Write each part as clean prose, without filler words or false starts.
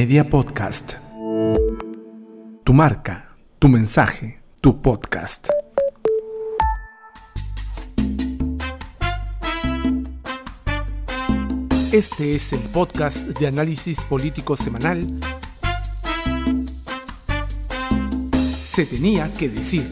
Media Podcast. Tu marca, tu mensaje, tu podcast. Este es el podcast de análisis político semanal Se tenía que decir.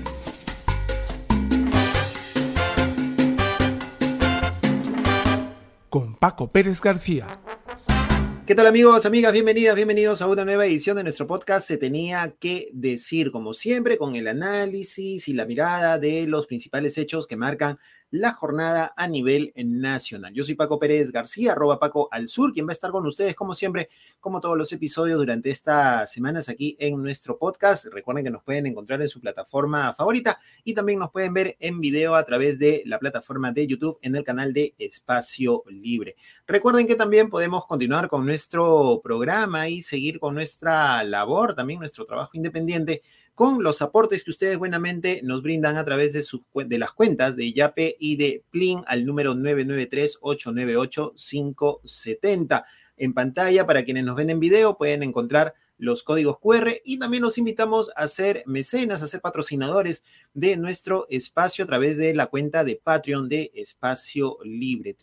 Con Paco Pérez García. ¿Qué tal, amigos, amigas? Bienvenidos a una nueva edición de nuestro podcast Se tenía que decir, como siempre, con el análisis y la mirada de los principales hechos que marcan la jornada a nivel nacional. Yo soy Paco Pérez García, @Paco al Sur, quien va a estar con ustedes, como siempre, como todos los episodios durante estas semanas aquí en nuestro podcast. Recuerden que nos pueden encontrar en su plataforma favorita y también nos pueden ver en video a través de la plataforma de YouTube en el canal de Espacio Libre. Recuerden que también podemos continuar con nuestro programa y seguir con nuestra labor, también nuestro trabajo independiente, con los aportes que ustedes buenamente nos brindan a través de las cuentas de Yape y de Plin al número 993-898-570. En pantalla, para quienes nos ven en video, pueden encontrar los códigos QR y también los invitamos a ser mecenas, a ser patrocinadores de nuestro espacio a través de la cuenta de Patreon de Espacio Libre,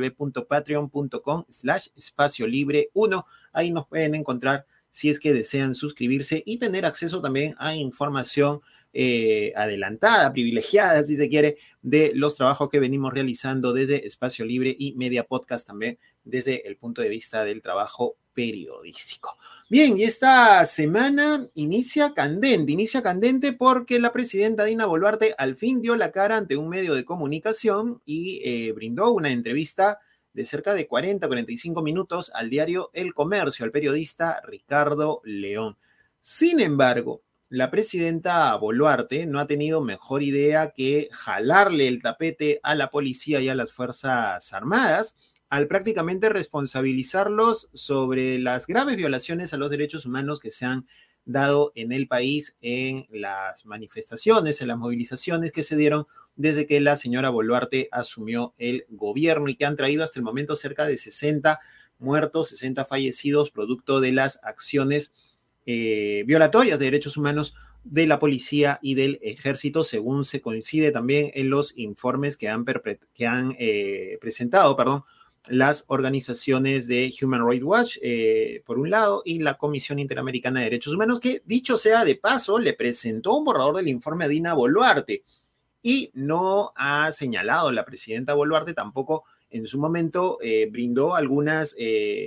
www.patreon.com/espaciolibre1. Ahí nos pueden encontrar si es que desean suscribirse y tener acceso también a información adelantada, privilegiada, si se quiere, de los trabajos que venimos realizando desde Espacio Libre y Media Podcast también desde el punto de vista del trabajo periodístico. Bien, y esta semana inicia candente porque la presidenta Dina Boluarte al fin dio la cara ante un medio de comunicación y brindó una entrevista de cerca de 45 minutos al diario El Comercio, al periodista Ricardo León. Sin embargo, la presidenta Boluarte no ha tenido mejor idea que jalarle el tapete a la policía y a las Fuerzas Armadas al prácticamente responsabilizarlos sobre las graves violaciones a los derechos humanos que se han dado en el país en las manifestaciones, en las movilizaciones que se dieron desde que la señora Boluarte asumió el gobierno y que han traído hasta el momento cerca de 60 muertos, 60 fallecidos, producto de las acciones violatorias de derechos humanos de la policía y del ejército, según se coincide también en los informes que han presentado, las organizaciones de Human Rights Watch, por un lado, y la Comisión Interamericana de Derechos Humanos, que, dicho sea de paso, le presentó un borrador del informe a Dina Boluarte. Y no ha señalado la presidenta Boluarte, tampoco en su momento brindó algunos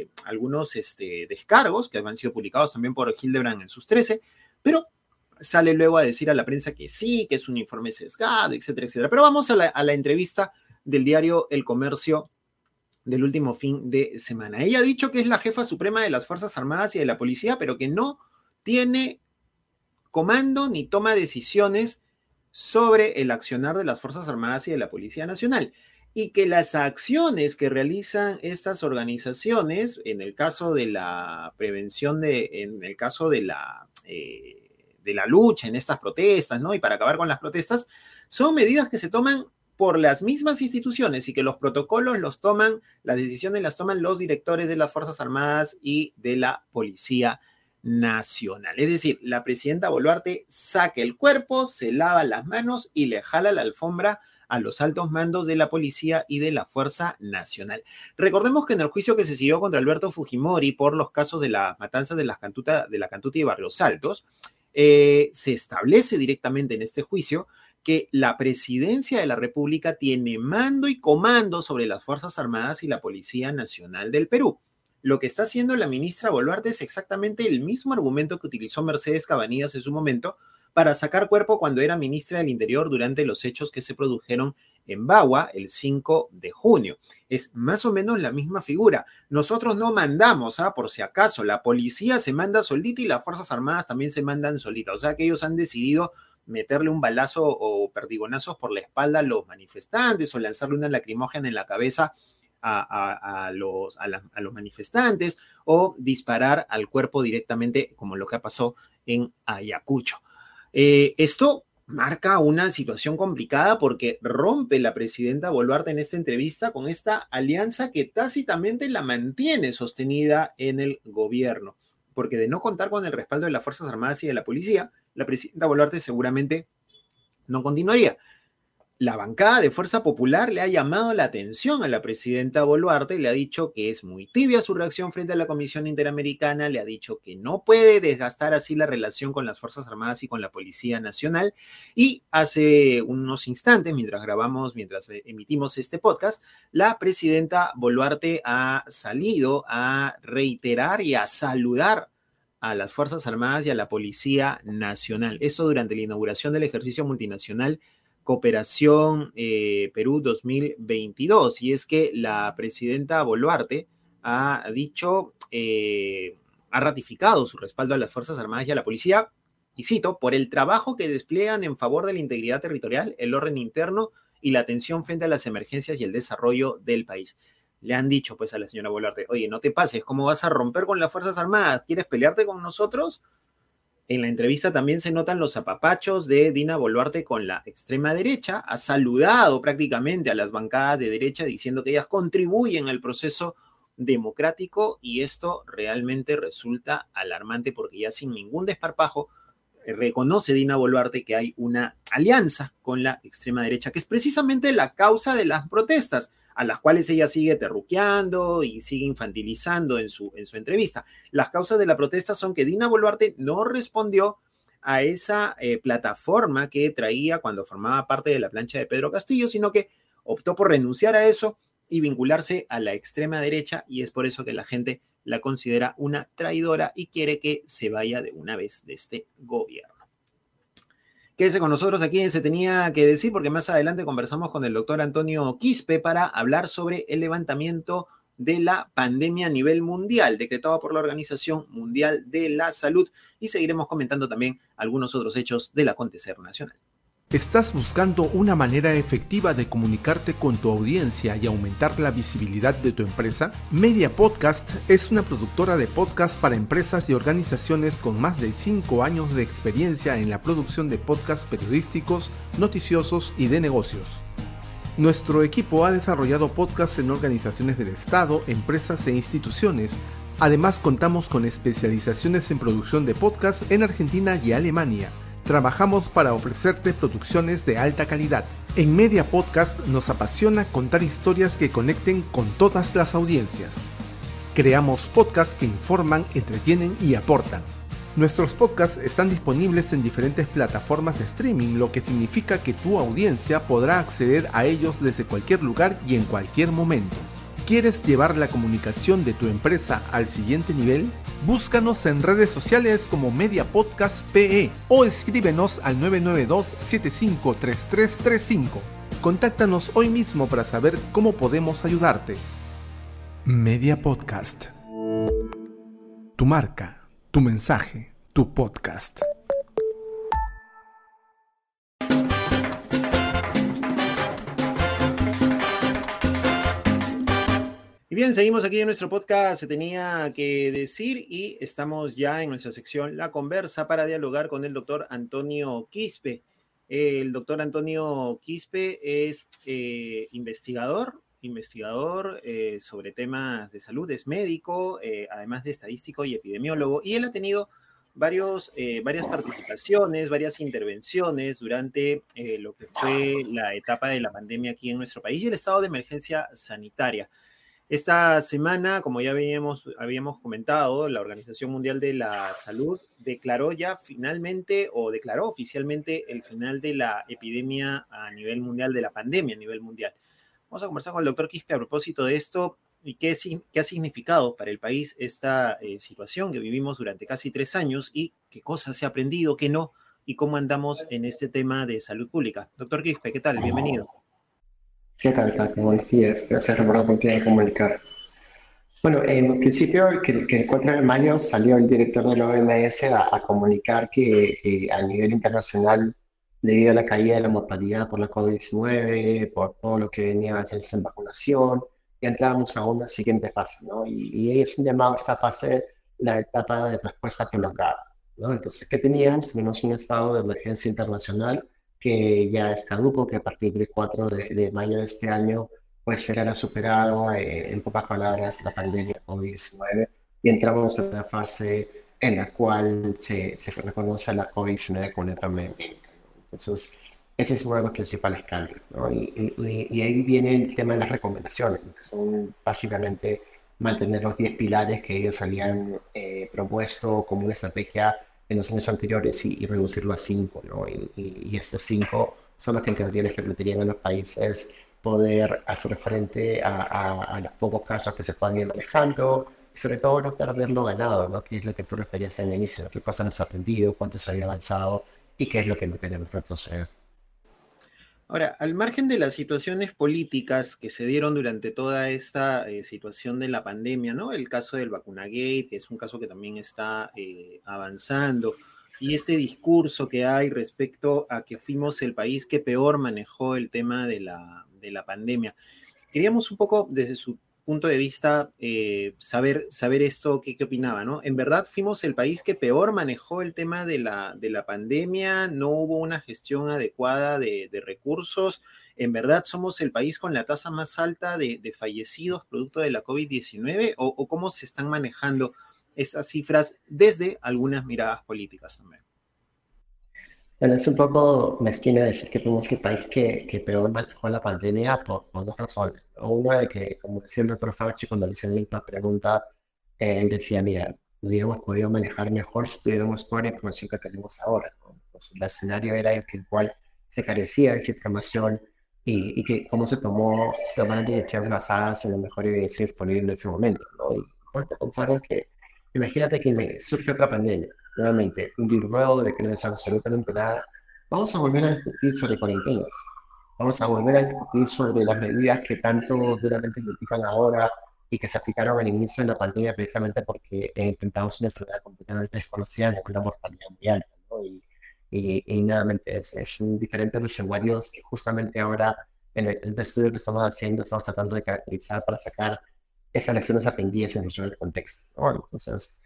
descargos que han sido publicados también por Hildebrand en sus 13, pero sale luego a decir a la prensa que sí, que es un informe sesgado, etcétera, etcétera. Pero vamos a la entrevista del diario El Comercio del último fin de semana. Ella ha dicho que es la jefa suprema de las Fuerzas Armadas y de la policía, pero que no tiene comando ni toma decisiones sobre el accionar de las Fuerzas Armadas y de la Policía Nacional, y que las acciones que realizan estas organizaciones, en el caso de la prevención, en el caso de la lucha en estas protestas, ¿no? Y para acabar con las protestas, son medidas que se toman por las mismas instituciones y que los protocolos los toman, las decisiones las toman los directores de las Fuerzas Armadas y de la Policía Nacional. Es decir, la presidenta Boluarte saca el cuerpo, se lava las manos y le jala la alfombra a los altos mandos de la policía y de la Fuerza Nacional. Recordemos que en el juicio que se siguió contra Alberto Fujimori por los casos de las matanzas de la Cantuta y Barrios Altos, se establece directamente en este juicio que la presidencia de la República tiene mando y comando sobre las Fuerzas Armadas y la Policía Nacional del Perú. Lo que está haciendo la ministra Boluarte es exactamente el mismo argumento que utilizó Mercedes Cabanillas en su momento para sacar cuerpo cuando era ministra del Interior durante los hechos que se produjeron en Bagua el 5 de junio. Es más o menos la misma figura. Nosotros no mandamos, por si acaso, la policía se manda solita y las Fuerzas Armadas también se mandan solitas. O sea que ellos han decidido meterle un balazo o perdigonazos por la espalda a los manifestantes o lanzarle una lacrimógena en la cabeza a los manifestantes o disparar al cuerpo directamente, como lo que pasó en Ayacucho. Esto marca una situación complicada porque rompe la presidenta Boluarte en esta entrevista con esta alianza que tácitamente la mantiene sostenida en el gobierno. porque de no contar con el respaldo de las Fuerzas Armadas y de la policía, la presidenta Boluarte seguramente no continuaría. La bancada de Fuerza Popular le ha llamado la atención a la presidenta Boluarte, le ha dicho que es muy tibia su reacción frente a la Comisión Interamericana, le ha dicho que no puede desgastar así la relación con las Fuerzas Armadas y con la Policía Nacional, y hace unos instantes, mientras emitimos este podcast, la presidenta Boluarte ha salido a reiterar y a saludar a las Fuerzas Armadas y a la Policía Nacional. Esto durante la inauguración del ejercicio multinacional Cooperación Perú 2022, y es que la presidenta Boluarte ha dicho, ha ratificado su respaldo a las Fuerzas Armadas y a la policía, y cito, por el trabajo que despliegan en favor de la integridad territorial, el orden interno y la atención frente a las emergencias y el desarrollo del país. Le han dicho pues a la señora Boluarte, oye, no te pases, ¿cómo vas a romper con las Fuerzas Armadas? ¿Quieres pelearte con nosotros? En la entrevista también se notan los apapachos de Dina Boluarte con la extrema derecha. Ha saludado prácticamente a las bancadas de derecha diciendo que ellas contribuyen al proceso democrático, y esto realmente resulta alarmante porque ya sin ningún desparpajo reconoce Dina Boluarte que hay una alianza con la extrema derecha, que es precisamente la causa de las protestas, a las cuales ella sigue terruqueando y sigue infantilizando en su entrevista. Las causas de la protesta son que Dina Boluarte no respondió a esa plataforma que traía cuando formaba parte de la plancha de Pedro Castillo, sino que optó por renunciar a eso y vincularse a la extrema derecha, y es por eso que la gente la considera una traidora y quiere que se vaya de una vez de este gobierno. Quédese con nosotros aquí en Se Tenía que Decir, porque más adelante conversamos con el doctor Antonio Quispe para hablar sobre el levantamiento de la pandemia a nivel mundial, decretado por la Organización Mundial de la Salud, y seguiremos comentando también algunos otros hechos del acontecer nacional. ¿Estás buscando una manera efectiva de comunicarte con tu audiencia y aumentar la visibilidad de tu empresa? Media Podcast es una productora de podcast para empresas y organizaciones con más de 5 años de experiencia en la producción de podcasts periodísticos, noticiosos y de negocios. Nuestro equipo ha desarrollado podcasts en organizaciones del Estado, empresas e instituciones. Además, contamos con especializaciones en producción de podcasts en Argentina y Alemania. Trabajamos para ofrecerte producciones de alta calidad. En Media Podcast nos apasiona contar historias que conecten con todas las audiencias. Creamos podcasts que informan, entretienen y aportan. Nuestros podcasts están disponibles en diferentes plataformas de streaming, lo que significa que tu audiencia podrá acceder a ellos desde cualquier lugar y en cualquier momento. ¿Quieres llevar la comunicación de tu empresa al siguiente nivel? Búscanos en redes sociales como Media Podcast PE o escríbenos al 992-753335. Contáctanos hoy mismo para saber cómo podemos ayudarte. Media Podcast. Tu marca, tu mensaje, tu podcast. Y bien, seguimos aquí en nuestro podcast Se Tenía que Decir, y estamos ya en nuestra sección La Conversa para dialogar con el doctor Antonio Quispe. El doctor Antonio Quispe es investigador sobre temas de salud, es médico, además de estadístico y epidemiólogo, y él ha tenido varias participaciones, varias intervenciones durante lo que fue la etapa de la pandemia aquí en nuestro país y el estado de emergencia sanitaria. Esta semana, como ya habíamos comentado, la Organización Mundial de la Salud declaró oficialmente el final de la epidemia a nivel mundial, de la pandemia a nivel mundial. Vamos a conversar con el doctor Quispe a propósito de esto y qué ha significado para el país esta situación que vivimos durante casi 3 años y qué cosas se ha aprendido, qué no, y cómo andamos en este tema de salud pública. Doctor Quispe, ¿qué tal? Bienvenido. ¿Qué tal, Tato? Buenos días. Gracias por la oportunidad de comunicar. Bueno, en principio, que el 4 de mayo salió el director de la OMS a comunicar que a nivel internacional, debido a la caída de la mortalidad por la COVID-19, por todo lo que venía a hacerse en vacunación, ya entrábamos a una siguiente fase, ¿no? Y ellos han llamado a esta fase la etapa de respuesta prolongada, ¿no? Entonces, ¿qué teníamos? Tenemos un estado de emergencia internacional que ya es caduco, que a partir del 4 de mayo de este año pues será superado, en pocas palabras, la pandemia COVID-19, y entramos en una fase en la cual se reconoce a la COVID-19 como una enfermedad endémica, ¿no? Entonces, ese es uno de los principales cambios, ¿no? Y ahí viene el tema de las recomendaciones, ¿no? Que son básicamente mantener los 10 pilares que ellos habían propuesto como una estrategia en los años anteriores y reducirlo a 5, ¿no? Y estos 5 son los que en teoría les permitirían a los países poder hacer frente a los pocos casos que se puedan ir manejando y sobre todo no perder lo ganado, ¿no? Que es lo que tú referías al inicio, qué cosas hemos aprendido, cuánto se había avanzado y qué es lo que no queremos retroceder. Ahora, al margen de las situaciones políticas que se dieron durante toda esta situación de la pandemia, ¿no? El caso del Vacunagate, que es un caso que también está avanzando, y este discurso que hay respecto a que fuimos el país que peor manejó el tema de la pandemia. Queríamos un poco, desde su punto de vista, saber esto, qué opinaba, ¿no? En verdad fuimos el país que peor manejó el tema de la pandemia, no hubo una gestión adecuada de recursos, en verdad somos el país con la tasa más alta de fallecidos producto de la COVID-19, o cómo se están manejando esas cifras desde algunas miradas políticas también. Bueno, es un poco mezquino decir que fuimos el país que peor manejó la pandemia por dos razones. Una de que, como decía el doctor Fauci cuando le hicieron la pregunta, él decía, mira, hubiéramos podido manejar mejor si tuviéramos toda la información que tenemos ahora, ¿no? Entonces, el escenario era en el cual se carecía de esa información y que cómo se tomaron decisiones basadas en la mejor evidencia disponible en ese momento, ¿no? Y ponte a pensar que, imagínate que surge otra pandemia nuevamente, un día nuevo de que no es absolutamente nada, vamos a volver a discutir sobre cuarentenas. Vamos a volver a discutir sobre las medidas que tanto duramente critican ahora y que se aplicaron al inicio de la pandemia precisamente porque intentamos una enfermedad completamente desconocida de una mortalidad muy alta, ¿no? Y nuevamente es diferentes escenarios que justamente ahora en el estudio que estamos haciendo estamos tratando de caracterizar para sacar esas lecciones aprendidas en el contexto, ¿no? Entonces,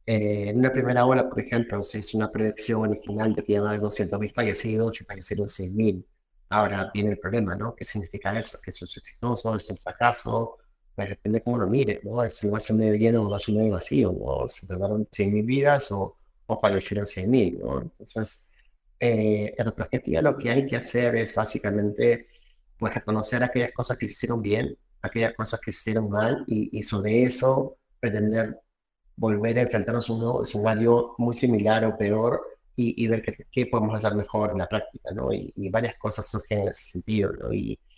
en una primera ola, por ejemplo, se hizo una predicción original de que iban a haber 200.000 fallecidos y fallecieron 100.000. Ahora viene el problema, ¿no? ¿Qué significa eso? ¿Que eso es exitoso? ¿Es un fracaso? Pues depende de cómo lo mire, ¿no? Si va a ser medio lleno o va a ser medio vacío, o se tardaron 100.000 vidas o fallecieron 100.000, ¿no? Entonces, en retrospectiva lo que hay que hacer es básicamente pues reconocer aquellas cosas que se hicieron bien, aquellas cosas que se hicieron mal y sobre eso pretender volver a enfrentarnos a un nuevo escenario muy similar o peor y ver qué podemos hacer mejor en la práctica, ¿no? Y varias cosas surgen en ese sentido, ¿no?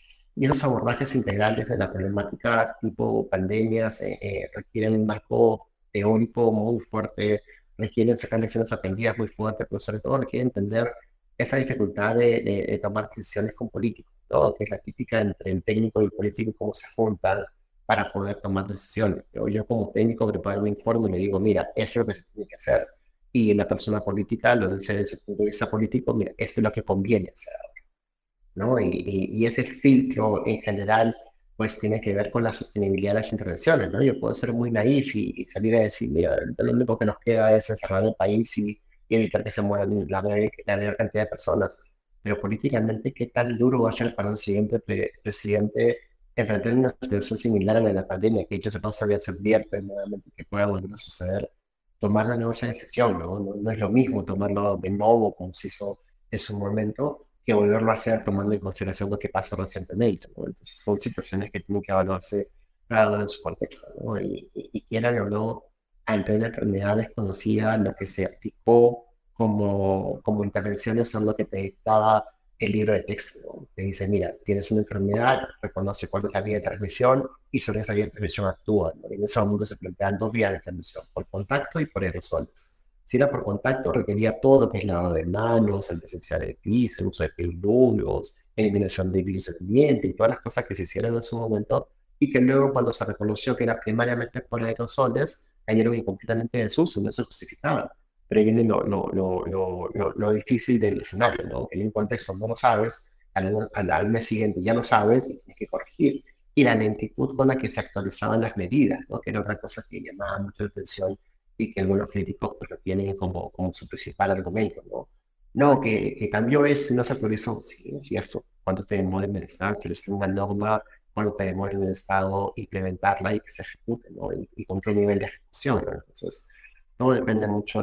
Y esos abordajes integrales de la problemática tipo pandemias requieren un marco teórico muy fuerte, requieren sacar lecciones aprendidas muy fuertes, pero sobre todo requieren entender esa dificultad de tomar decisiones con políticos, ¿no? Que es la típica entre el técnico y el político, cómo se juntan para poder tomar decisiones. Yo como técnico preparo un informe y le digo, mira, eso es lo que se tiene que hacer. Y la persona política lo dice desde su punto de vista político, mira, esto es lo que conviene hacer, ¿no? Y ese filtro en general, pues tiene que ver con la sostenibilidad de las intervenciones, ¿no? Yo puedo ser muy naif y salir a decir, mira, lo único que nos queda es encerrar el país y evitar que se mueran la mayor cantidad de personas. Pero políticamente, ¿qué tan duro va a ser para un siguiente presidente enfrentar una situación similar a la de la pandemia, que dicho se paso había se advierte nuevamente que pueda volver a suceder? Tomar la nueva decisión, ¿no? No es lo mismo tomarlo de nuevo, como se hizo en su momento, que volverlo a hacer tomando en consideración lo que pasó recientemente, ¿no? Entonces son situaciones que tienen que evaluarse cada uno en su contexto, ¿no? Y quieran o no, ante una enfermedad desconocida, lo que se aplicó como intervenciones son lo que te dictaba el libro de texto, ¿no? Te dice, mira, tienes una enfermedad, reconoce cuál es la vía de transmisión y sobre esa vía de transmisión actúa, ¿no? En ese momento se plantean dos vías de transmisión, por contacto y por aerosoles. Si era por contacto, requería todo lo que es lavado de manos, el desinfección de pies, el uso de pilulos, eliminación de virus del ambiente y todas las cosas que se hicieron en su momento y que luego cuando se reconoció que era primariamente por aerosoles, cayeron en completamente desuso, no se justificaban. Pero ahí viene lo difícil del escenario, ¿no? En un contexto no lo sabes, al mes siguiente ya lo sabes y tienes que corregir. Y la lentitud con la que se actualizaban las medidas, ¿no? Que era otra cosa que llamaba mucho la atención y que algunos críticos pues, lo tienen como su principal argumento, ¿no? No, que cambió esto y no se actualizó. Sí, es cierto. ¿Cuánto te demora en el Estado que es una norma? ¿Cuánto te demora en el Estado implementarla y que se ejecute, ¿no? Y con qué nivel de ejecución, ¿no? Entonces, Todo depende mucho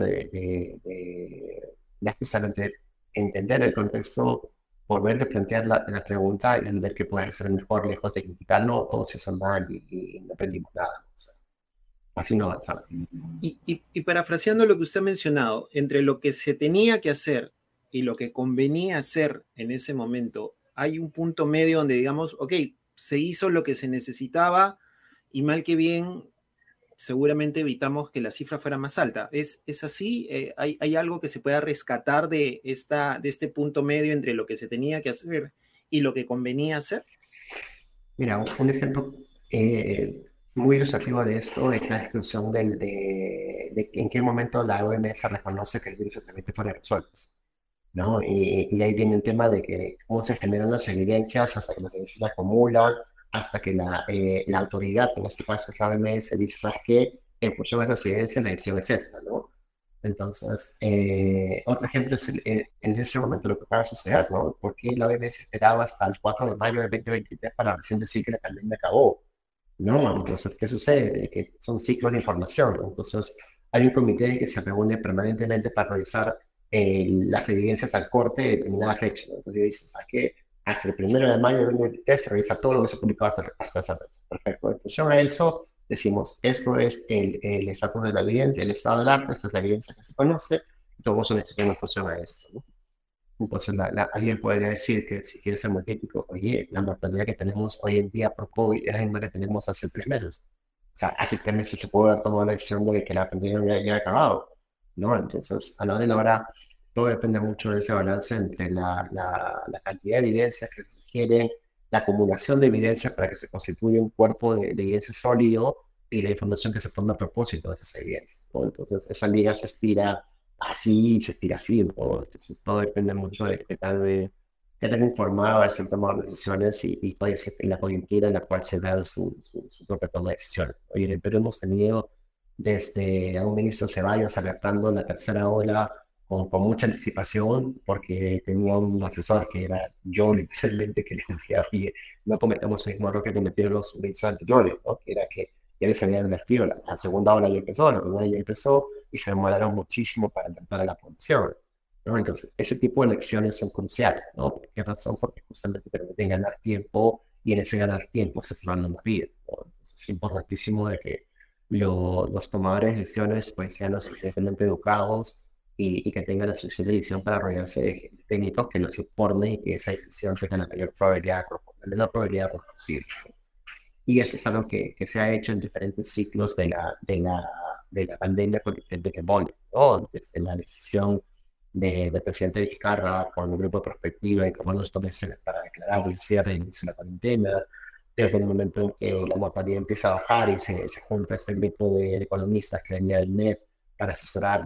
de justamente entender el contexto, volver a plantear la pregunta y ver que puede ser mejor lejos de criticarlo, todos se hizo mal y no aprendimos nada. O sea, así no avanzamos. Y parafraseando lo que usted ha mencionado, entre lo que se tenía que hacer y lo que convenía hacer en ese momento, hay un punto medio donde digamos, ok, se hizo lo que se necesitaba y mal que bien, seguramente evitamos que la cifra fuera más alta. ¿Es así? ¿Hay algo que se pueda rescatar de este punto medio entre lo que se tenía que hacer y lo que convenía hacer? Mira, un ejemplo muy ilustrativo de esto es la discusión de en qué momento la OMS reconoce que el virus se transmite por aerosoles, ¿no? Y ahí viene el tema de que cómo se generan las evidencias hasta que las evidencias se acumulan, hasta que la autoridad, en este caso la OMS, dice, ¿sabes qué? En función de esas evidencias, la decisión es esta, ¿no? Entonces, otro ejemplo es en ese momento lo que acaba de suceder, ¿no? Porque la OMS esperaba hasta el 4 de mayo de 2023 para recién decir que la pandemia acabó, ¿no? Entonces, ¿qué sucede? Que son ciclos de información. Entonces, hay un comité que se reúne permanentemente para revisar las evidencias al corte de determinada fecha, ¿no? Entonces, dicen, ¿sabes qué? Hasta el 1 de mayo de 2023 se revisa todo lo que se publicó hasta esa fecha. Perfecto. En función a eso, decimos, esto es el estatus de la evidencia, el estado del arte, esta es la evidencia que se conoce, y todo eso necesitamos en función a esto, ¿no? Entonces, alguien podría decir que si quiere ser muy crítico, oye, la mortalidad que tenemos hoy en día por COVID es la misma que tenemos hace 3 meses. O sea, hace 3 meses se pudo haber tomado la decisión de que la pandemia ya ha acabado, ¿no? Entonces, a la hora de la hora, todo depende mucho de ese balance entre la cantidad de evidencias que se sugieren, la acumulación de evidencias para que se constituya un cuerpo de evidencia sólido y la información que se pone a propósito de esas evidencias, ¿no? Entonces, esa liga se estira así, se estira así, ¿no? Entonces, todo depende mucho de qué tan informado es el tomar decisiones y cuál es la coyuntura en la cual se da su propia toma de decisiones. Oye, en el Perú hemos tenido desde a un ministro Ceballos alertando la tercera ola con mucha anticipación, porque tenía un asesor que era yo, literalmente, que le decía, oye, no cometemos el mismo error que cometieron los ministros anteriores, ¿no? Que era que ya les habían advertido, la segunda ola ya empezó, la primera ya empezó, y se demoraron muchísimo para alertar a la población, ¿no? Entonces, ese tipo de lecciones son cruciales, ¿no? ¿Por qué razón? Porque justamente permiten ganar tiempo, y en ese ganar tiempo se salvan más vidas, ¿no? Entonces, es importantísimo de que los tomadores de decisiones pues sean lo suficientemente educados y que tengan la suficiente decisión para rodearse de técnicos que los informen y que esa decisión tenga la mayor probabilidad, la menor probabilidad de producir. Y eso es algo que se ha hecho en diferentes ciclos de la pandemia con diferentes demonios, ¿no? Desde la decisión del presidente Vizcarra con el grupo de perspectiva y tomando las decisiones para declarar el cierre y inicio de la cuarentena, desde el momento en que la mortalidad empieza a bajar y se junta este grupo de economistas que venía del MEP para asesorar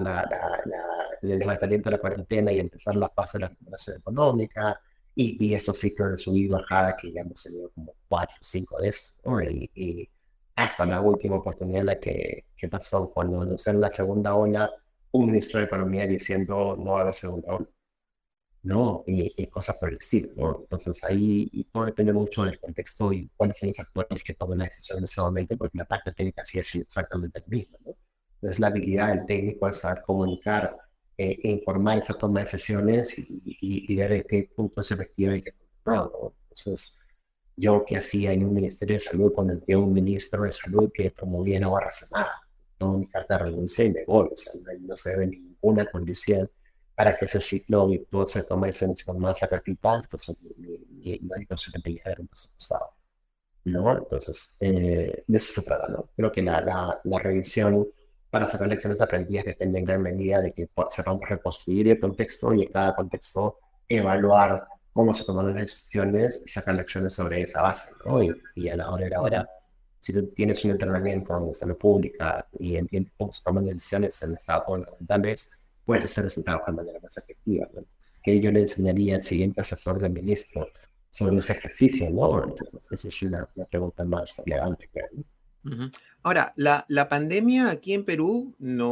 el levantamiento de la cuarentena y empezar la fase de la recuperación económica, y esos ciclos de subida y bajada que ya hemos tenido como 4 o 5 de esos, ¿no? Y hasta la última oportunidad en la que pasó cuando anunciaron la segunda ola, un ministro de Economía diciendo no va a haber segunda ola, ¿no? Y cosas por el estilo, ¿no? Entonces ahí y todo depende mucho del contexto y cuáles son los actores que toman la decisión en ese momento, porque la práctica técnica sí es exactamente la misma, ¿no? Entonces la habilidad del técnico es saber comunicar e informar esa toma de decisiones y ver en qué punto es efectivo y qué punto no, ¿no? Entonces, yo que hacía en un ministerio de salud cuando entré un ministro de salud que promovía no razonada, no mi carta de renuncia y me voy, o sea, no se debe ninguna condición para que ese ciclo virtuoso se tome con más actividad, entonces no se debería haber pasado, ¿no? Entonces, de eso se trata, ¿no? Creo que la revisión para sacar lecciones aprendidas depende en gran medida de que sepamos reconstruir el contexto y en cada contexto evaluar cómo se toman las decisiones y sacar lecciones sobre esa base, ¿no? Y a la hora de la hora, si tú tienes un entrenamiento en salud pública y entiendes cómo se toman decisiones en estados fundamentales, puedes hacer resultados de manera más efectiva, ¿no? Que yo le enseñaría al siguiente asesor del ministro sobre ese ejercicio, ¿no? Entonces, esa es la pregunta más relevante, creo, ¿no? Uh-huh. Ahora, la pandemia aquí en Perú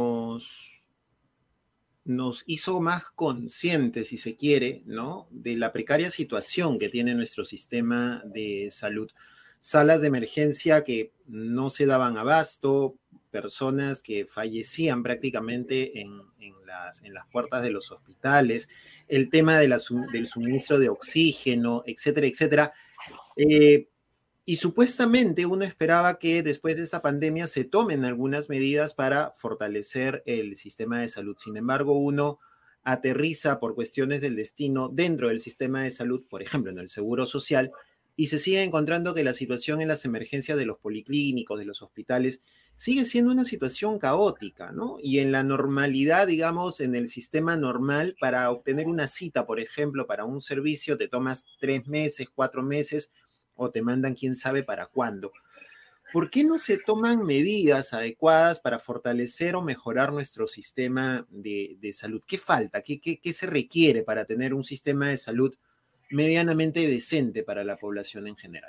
nos hizo más conscientes, si se quiere, ¿no? De la precaria situación que tiene nuestro sistema de salud. Salas de emergencia que no se daban abasto, personas que fallecían prácticamente en las puertas de los hospitales, el tema de del suministro de oxígeno, etcétera, etcétera. Eh, y supuestamente uno esperaba que después de esta pandemia se tomen algunas medidas para fortalecer el sistema de salud. Sin embargo, uno aterriza por cuestiones del destino dentro del sistema de salud, por ejemplo, en el seguro social, y se sigue encontrando que la situación en las emergencias de los policlínicos, de los hospitales, sigue siendo una situación caótica, ¿no? Y en la normalidad, digamos, en el sistema normal, para obtener una cita, por ejemplo, para un servicio, te tomas 3 meses, 4 meses, o te mandan quién sabe para cuándo. ¿Por qué no se toman medidas adecuadas para fortalecer o mejorar nuestro sistema de salud? ¿Qué falta? ¿Qué se requiere para tener un sistema de salud medianamente decente para la población en general?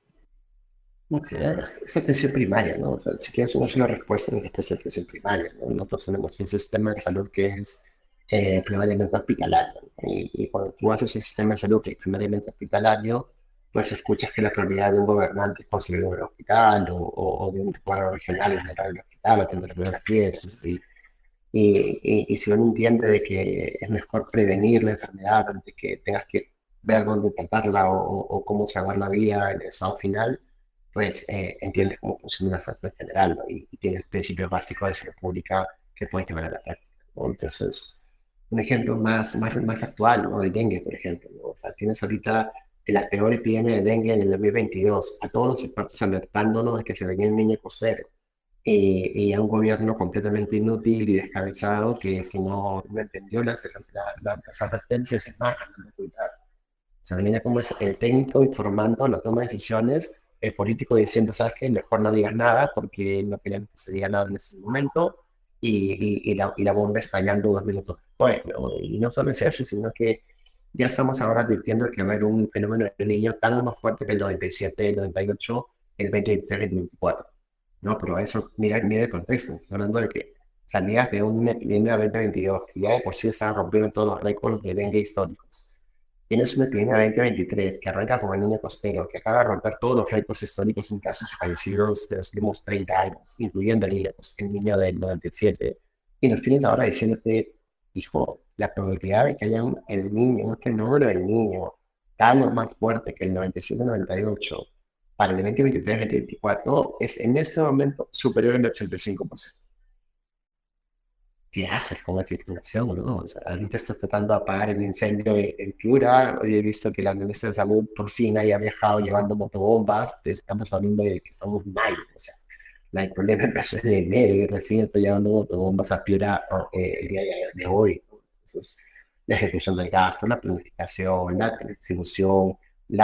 Es atención primaria, ¿no? O sea, si tienes una sola respuesta, es atención primaria, ¿no? Nosotros tenemos un sistema de salud que es primariamente hospitalario, ¿no? Y cuando tú haces un sistema de salud que es primariamente hospitalario, pues escuchas que la prioridad de un gobernante es construir un hospital o de un cuadro regional generar el hospital o tener primeras piezas. Y si uno entiende de que es mejor prevenir la enfermedad antes que tengas que ver dónde tratarla o cómo salvar la vida en el estado final, pues entiendes cómo funciona la salud en general, ¿no? Y tienes principios básicos de salud pública que puedes llevar a la práctica, ¿no? Entonces, un ejemplo más actual, ¿no? El dengue, por ejemplo, ¿no? O sea, tienes ahorita la peor epidemia de dengue en el 2022, a todos los expertos alertándonos de que se venía un niño costero y a un gobierno completamente inútil y descabezado que no entendió las advertencias, es más, no cuidar. O sea, mira cómo es el técnico informando la toma de decisiones, el político diciendo, ¿sabes qué? Mejor no digas nada porque no queremos que se diga nada en ese momento y la bomba estallando 2 minutos después, ¿no? Y no solo es eso, sino que ya estamos ahora advirtiendo que va a haber un fenómeno del niño tan más fuerte que el 97, el 98, el 23, el 24. No, pero eso, mira el contexto. Estamos hablando de que salías de una epidemia 2022, que ya de por sí estaba rompiendo todos los récords de dengue históricos. Tienes una epidemia 2023 que arranca con el niño costero, que acaba de romper todos los récords históricos en casos fallecidos de los últimos 30 años, incluyendo el niño del 97. Y nos tienes ahora diciéndote, hijo, la probabilidad de que haya un fenómeno del niño tan más fuerte que el 97-98 para el 2023-2024 es en este momento superior al 85%. ¿Qué haces con esa información, no? O sea, ahorita estás tratando de apagar el incendio en Piura. Hoy he visto que la ministra de Salud por fin haya viajado llevando motobombas. Estamos hablando de que estamos en mayo. O sea, el problema empezó en enero y recién estoy llevando motobombas a Piura el día de hoy, ¿no? Entonces, la ejecución del gasto, la planificación, la distribución,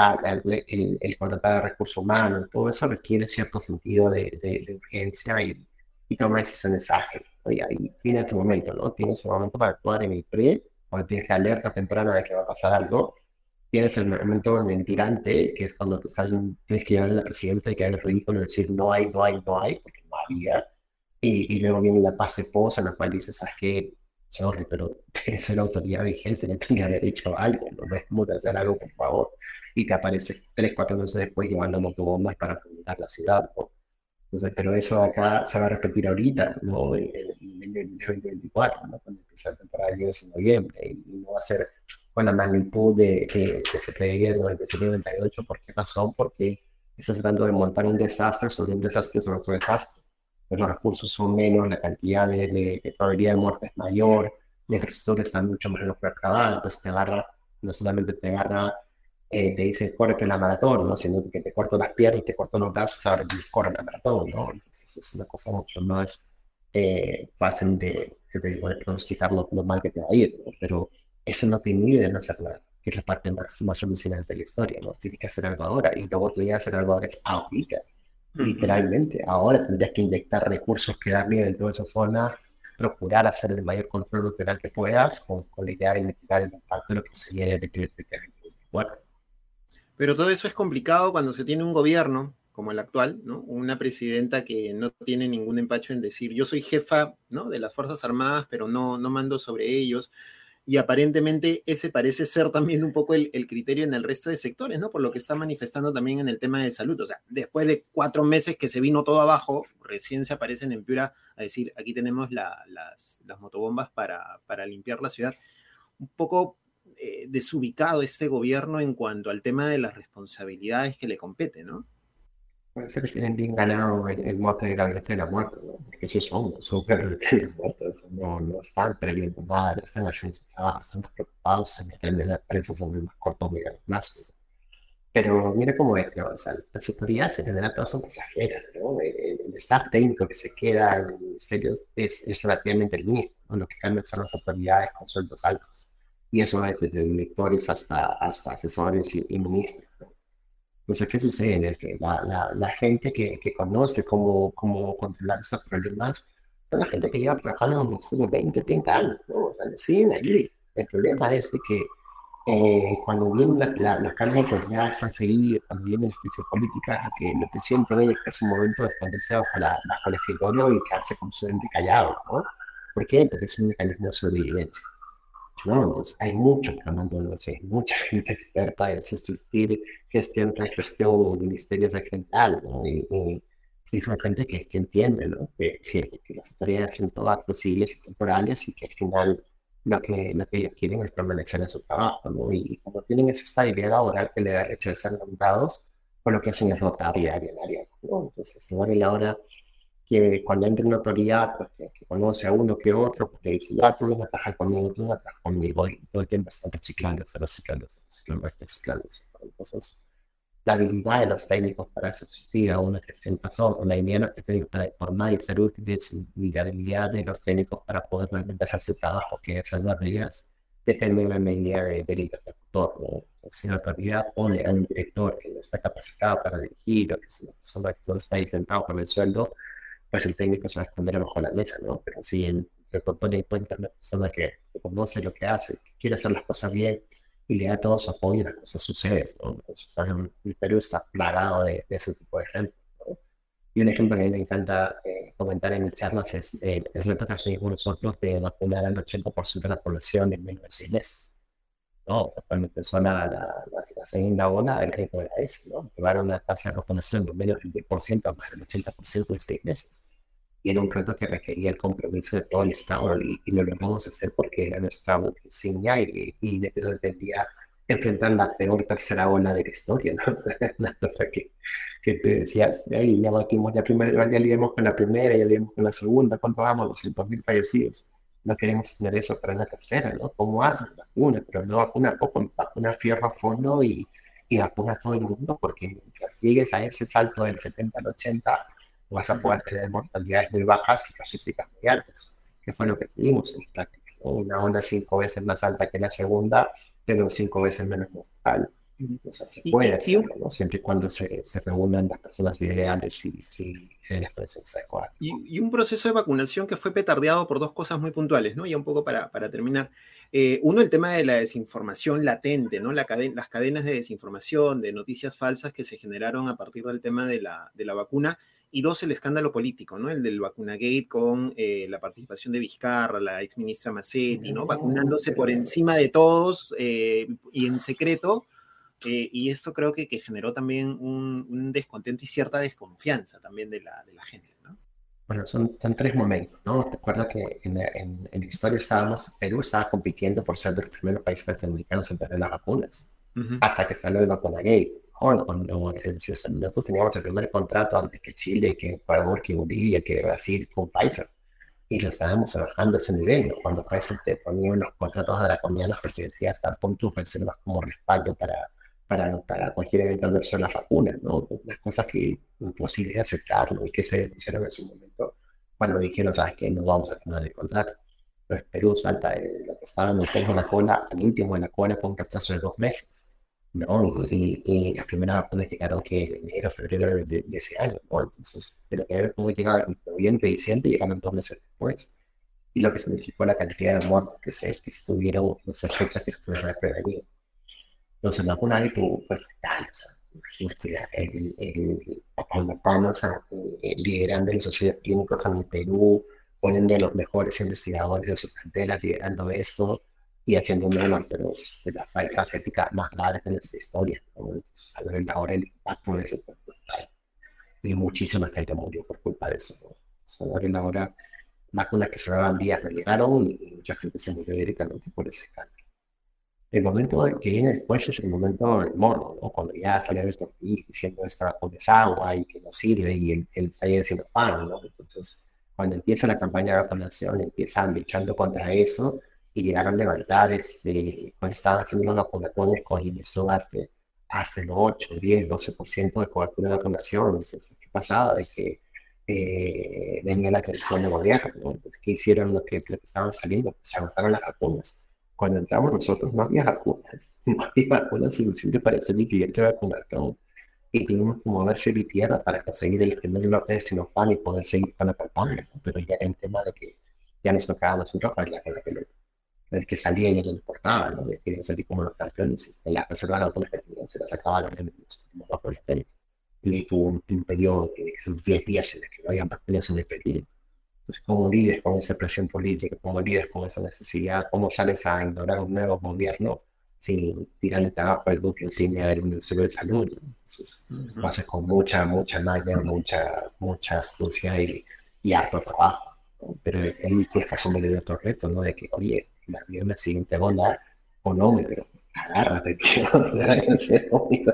el contratar de recursos humanos, todo eso requiere cierto sentido de urgencia y tomar decisiones ágiles. Oye, ahí tiene tu momento, ¿no? Tienes el momento para actuar en el pre, cuando tienes la alerta temprana de que va a pasar algo. Tienes el momento mentirante, que es cuando tienes que llevar a la presidenta y que haga el ridículo y decir no hay, no hay, no hay, porque no había. Y luego viene la fase post en la cual dices, ¿sabes qué? Sorry, pero soy la autoridad vigente, le tengo que haber dicho algo, no me es hacer algo, por favor. Y te aparece 3, 4 meses después llevando motobombas para fundar la ciudad, ¿no? Entonces, pero eso acá se va a repetir ahorita, ¿no? En el 2024, ¿no? Cuando empieza la temporada de lluvias en noviembre, y no va a ser con la magnitud que se preveía en el 97-98. ¿Por qué razón? Porque estás tratando de montar un desastre sobre un desastre sobre otro desastre. Pues los recursos son menos, la cantidad de probabilidad de muerte es mayor, la infraestructura está mucho menos preparada, entonces te agarra, no solamente te agarra te dice corre la maratón, ¿no? Sino que te corto las piernas y te corto los brazos, ahora corre la maratón, ¿no? Entonces es una cosa mucho más fácil de pronosticar lo mal que te va a ir, ¿no? Pero eso no te inhibe de no hacer nada, que es la parte más alucinante de la historia, ¿no? Tienes que hacer algo ahora, y luego tú hacer algo ahora es ahorita, literalmente. Ahora tendrías que inyectar recursos que dan miedo en toda esa zona, procurar hacer el mayor control local que puedas, con la idea de mitigar el impacto de lo que se viene de bueno. Pero todo eso es complicado cuando se tiene un gobierno como el actual, ¿no? Una presidenta que no tiene ningún empacho en decir, yo soy jefa, ¿no? De las Fuerzas Armadas, pero no mando sobre ellos. y aparentemente ese parece ser también un poco el criterio en el resto de sectores, ¿no? Por lo que está manifestando también en el tema de salud. O sea, después de 4 meses que se vino todo abajo, recién se aparecen en Piura a decir, aquí tenemos las motobombas para limpiar la ciudad. Un poco desubicado este gobierno en cuanto al tema de las responsabilidades que le competen, ¿no? Parece que tienen bien ganado el mote de gabinete de la muerte, ¿no? Porque sí son gabinete de la muerte, o sea, no están previendo nada, no están haciendo su trabajo, están preocupados, se meten en las presas en el más corto medio plazo. Pero mira cómo es, ¿no? O sea, las autoridades en general todas son pasajeras, ¿no? El staff técnico que se queda en los ministerios es relativamente el mismo, ¿no? Lo que cambian son las autoridades con sueldos altos. Y eso va desde directores hasta asesores y ministros, ¿no? Entonces, ¿qué sucede? Es que la gente que conoce cómo controlar esos problemas son la gente que lleva trabajando en el ministerio 20, 30 años, ¿no? O sea, siguen allí. El problema es de que cuando vienen los cambios de autoridad están seguidos, cuando viene la crisis política, que el presidente debe que es un momento de esconderse bajo el escritorio y quedarse completamente callado, ¿no? ¿Por qué? Porque es un mecanismo de sobrevivencia. ¿No? Entonces, hay mucho tramando, no sé, mucha gente experta en asistir, gestión, gestión, ministerios de general, ¿no? Y son gente que entiende, ¿no? Que las autoridades hacen todas posibles y temporales y que al final lo que ellos quieren es permanecer en su trabajo, ¿no? Y como tienen esa estabilidad laboral que le da el hecho de ser nombrados, pues lo que hacen es rotar diario, ¿no? Entonces, ahora y la hora que cuando entra una autoridad, pues, que conoce a uno que otro, porque dice, ya tú vas a trabajar conmigo, tú vas a trabajar conmigo, y todo el tiempo están reciclando. Entonces, la habilidad de los técnicos para subsistir a una gestión pasó, o la habilidad de los técnicos para informar y ser útiles, y la habilidad de los técnicos para poder realmente hacer su trabajo, que es salvar vidas, depende de la habilidad del interlocutor, ¿no? Si la autoridad pone a un director que no está capacitado para dirigir, o que es una persona que solo está ahí sentado con el sueldo, pues el técnico se va a esconder abajo de la mesa, ¿no? Pero si el propone en cuenta una persona que conoce lo que hace, que quiere hacer las cosas bien y le da todo su apoyo, las cosas suceden, ¿no? Entonces, el Perú está plagado de ese tipo de ejemplos, ¿no? Y un ejemplo que a mí me encanta comentar en mis charlas es el reto que hacemos nosotros de vacunar al 80% de la población en menos de 6 meses. No, cuando empezó la segunda ola, el reto era ese, ¿no? Llevar una tasa de vacunación de menos del 10% a más del 80% en 6 meses. Y era un reto que requería el compromiso de todo el Estado y lo logramos hacer porque era nuestra insignia y de eso dependía enfrentar la peor tercera ola de la historia, ¿no? O sea, una cosa que te decías, "Ay, ya batimos la primera, ya lidiamos con la primera, ya lidiamos con la segunda, ¿cuánto vamos? 200.000 fallecidos. No queremos tener eso para la tercera, ¿no? ¿Cómo haces? Vacuna, pero no vacuna poco, vacuna fierro a fondo y vacuna a todo el mundo, porque mientras sigues a ese salto del 70 al 80, vas a poder tener mortalidades muy bajas y casuísticas muy altas, que fue lo que tuvimos en práctica, ¿no? Una onda 5 veces más alta que la segunda, pero 5 veces menos mortal. Entonces se Y, puede y, y un hacerlo, ¿no? Siempre y cuando se reúnan las personas ideales y se les presencia adecuada. y un proceso de vacunación que fue petardeado por dos cosas muy puntuales, ¿no? Ya un poco para terminar. Uno, el tema de la desinformación latente, ¿no? Las cadenas de desinformación, de noticias falsas que se generaron a partir del tema de la vacuna. Y dos, el escándalo político, ¿no? El del vacunagate con la participación de Vizcarra, la exministra Massetti, ¿no? Vacunándose por encima de todos y en secreto. Y esto creo que generó también un descontento y cierta desconfianza también de la gente, ¿no? Bueno, son 3 momentos, ¿no? Recuerda que en la historia Perú estaba compitiendo por ser de los primeros países latinoamericanos en tener las vacunas, Ujú. hasta que salió el vacunagate. Cuando nosotros teníamos el primer contrato antes que Chile, que Ecuador, que Bolivia, que Brasil con Pfizer, y lo estábamos trabajando a ese nivel, ¿no? Cuando Pfizer te ponía unos contratos de la comunidad, porque decía hasta punto reservas como respaldo para cualquier evento adverso de las vacunas, ¿no? Unas cosas que imposible de aceptar, ¿no? Y que se hicieron en su momento cuando dijeron, ¿sabes qué? No vamos a firmar el contrato. Entonces Perú salta de lo que estaba en el último de la cola, al último de la cola con un retraso de 2 meses, ¿no? Y las primeras vacunas llegaron que en enero, febrero de ese año, ¿no? Entonces, de lo que pudo llegar en noviembre, diciembre, llegaron 2 meses después. Y lo que significó la cantidad de muertos que se tuvieron, los efectos que se pudieron haber prevenido. Entonces, la vacuna de tu fue fatal, o sea, o sea, liderando los ensayos clínicos en el Perú, poniendo a los mejores investigadores de sus carteras liderando esto, y haciendo uno de las fallas éticas más graves de nuestra historia. ¿No? Ahora el impacto de eso fue brutal. Y muchísima gente murió por culpa de eso. ¿No? Ahora vacunas que se daban vías no llegaron y mucha gente se murió directamente por ese cambio. El momento que viene después es el momento del morro, ¿no? Cuando ya salieron estos tweets diciendo esta vacuna es agua y que no sirve y él salía diciendo pan, ¿no? Entonces, cuando empieza la campaña de vacunación, empiezan luchando contra eso y llegaron a levantar, cuando estaban haciendo los vacunaciones con inicio hasta el 8, 10, 12% de cobertura de vacunación. Entonces, ¿qué pasaba? De que venía la creación de gobierno, ¿no? Entonces, ¿qué hicieron los que estaban saliendo? Pues se agotaron las vacunas. Cuando entramos nosotros no había vacunas, no había vacunas suficientes para hacer el siguiente vacunación. Y tuvimos que moverse de tierra para conseguir el primer lote de Sinopharm y poder seguir con la campaña, ¿no? Pero ya era un tema de que ya nos tocaba a nosotros bailar con la pelota. El que salía y no le importaba, ¿no? De que salir como los campeones, en las personas las vacunas que tenían se las acabaron en los colesterol. Y tuvo un periodo que son 10 días en el que no había vacunas en el periodo. Entonces, ¿cómo lides con esa presión política? ¿Cómo lides con esa necesidad? ¿Cómo sales a ignorar un nuevo gobierno sin tirarle abajo el buque encima del Ministerio de Salud? Entonces, lo haces con mucha maña, mucha astucia y harto trabajo, ¿no? Pero ahí tienes que asumir otro reto, ¿no? De que, oye, la siguiente ola, o no, pero agárrate, tío. O sea, ese único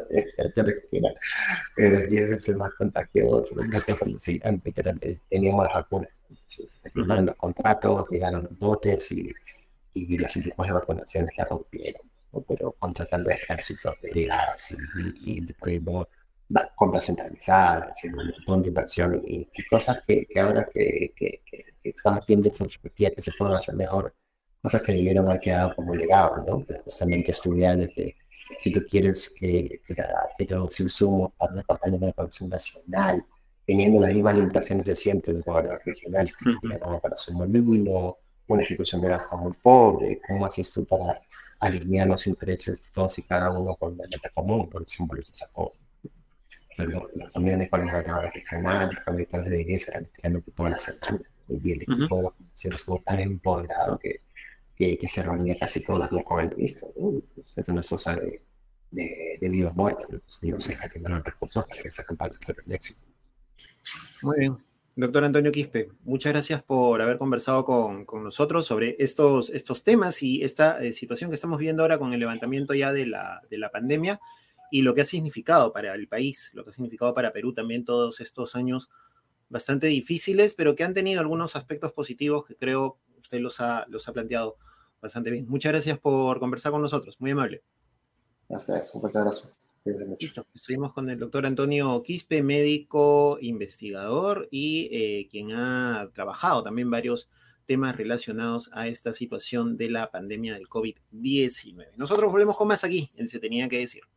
era 10 veces más contagioso. Antes teníamos las vacunas. Se firmaron los contratos, llegaron los botes y los sistemas de vacunación la rompieron, ¿no? Pero contratando ejércitos de brigadas y después compras centralizadas, y un montón de inversión y cosas que ahora que estamos viendo con perspectiva que se pueden hacer mejor, cosas que debieron haber quedado como legado, ¿no? Pero justamente estudiar desde, si tú quieres que producir insumos para una campaña de producción nacional, teniendo las mismas limitaciones de siempre del gobierno regional, como para su volumen, una ejecución de gasto muy pobre, cómo haces tú para alinear los intereses de todos y cada uno con una meta común, porque simboliza todo. Pero las reuniones con el gobernador regional, los comités de iglesia, eran que todas las semanas, y el equipo de vacunación estuvo tan empoderado que se reunía casi todos los días con el ministro. Esto no es cosa de vida o muerte, pues, digo, se gestionaron recursos para que esa campaña fuera un éxito. Muy bien. Doctor Antonio Quispe, muchas gracias por haber conversado con nosotros sobre estos temas y esta situación que estamos viendo ahora con el levantamiento ya de la pandemia y lo que ha significado para el país, lo que ha significado para Perú también todos estos años bastante difíciles, pero que han tenido algunos aspectos positivos que creo usted los ha planteado bastante bien. Muchas gracias por conversar con nosotros, muy amable. Gracias, muchas gracias. Listo. Estuvimos con el doctor Antonio Quispe, médico, investigador y quien ha trabajado también varios temas relacionados a esta situación de la pandemia del COVID-19. Nosotros volvemos con más aquí en Se Tenía que Decir.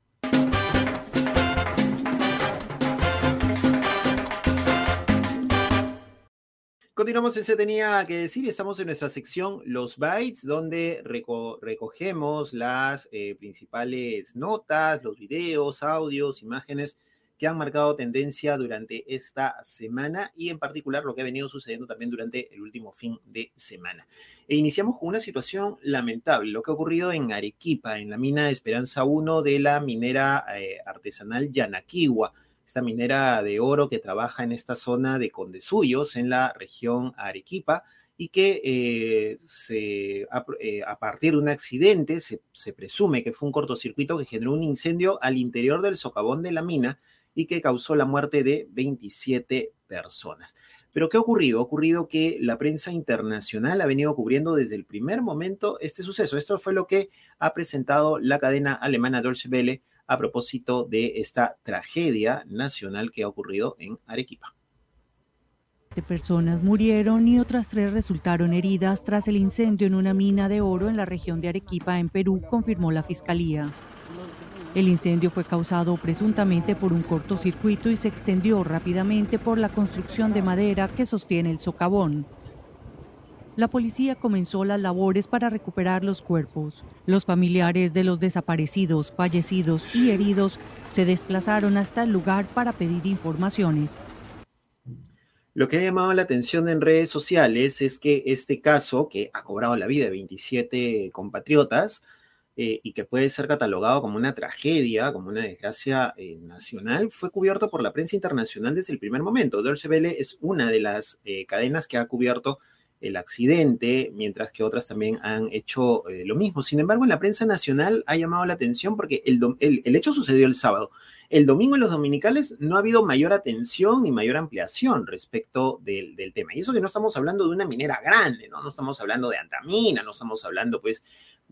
Continuamos en Se Tenía que Decir y estamos en nuestra sección Los Bytes, donde recogemos las principales notas, los videos, audios, imágenes que han marcado tendencia durante esta semana y en particular lo que ha venido sucediendo también durante el último fin de semana. E iniciamos con una situación lamentable, lo que ha ocurrido en Arequipa, en la mina Esperanza 1 de la minera artesanal Yanaquiwa, esta minera de oro que trabaja en esta zona de Condesuyos, en la región Arequipa, y que a partir de un accidente se presume que fue un cortocircuito que generó un incendio al interior del socavón de la mina y que causó la muerte de 27 personas. Pero ¿qué ha ocurrido? Ha ocurrido que la prensa internacional ha venido cubriendo desde el primer momento este suceso. Esto fue lo que ha presentado la cadena alemana Deutsche Welle a propósito de esta tragedia nacional que ha ocurrido en Arequipa. 7 personas murieron y otras 3 resultaron heridas tras el incendio en una mina de oro en la región de Arequipa, en Perú, confirmó la Fiscalía. El incendio fue causado presuntamente por un cortocircuito y se extendió rápidamente por la construcción de madera que sostiene el socavón. La policía comenzó las labores para recuperar los cuerpos. Los familiares de los desaparecidos, fallecidos y heridos se desplazaron hasta el lugar para pedir informaciones. Lo que ha llamado la atención en redes sociales es que este caso, que ha cobrado la vida de 27 compatriotas, y que puede ser catalogado como una tragedia, como una desgracia nacional, fue cubierto por la prensa internacional desde el primer momento. Deutsche Welle es una de las cadenas que ha cubierto el accidente, mientras que otras también han hecho lo mismo. Sin embargo, en la prensa nacional ha llamado la atención porque el hecho sucedió el sábado. El domingo en los dominicales no ha habido mayor atención ni mayor ampliación respecto del tema. Y eso que no estamos hablando de una minera grande, ¿no? No estamos hablando de Antamina, no estamos hablando, pues,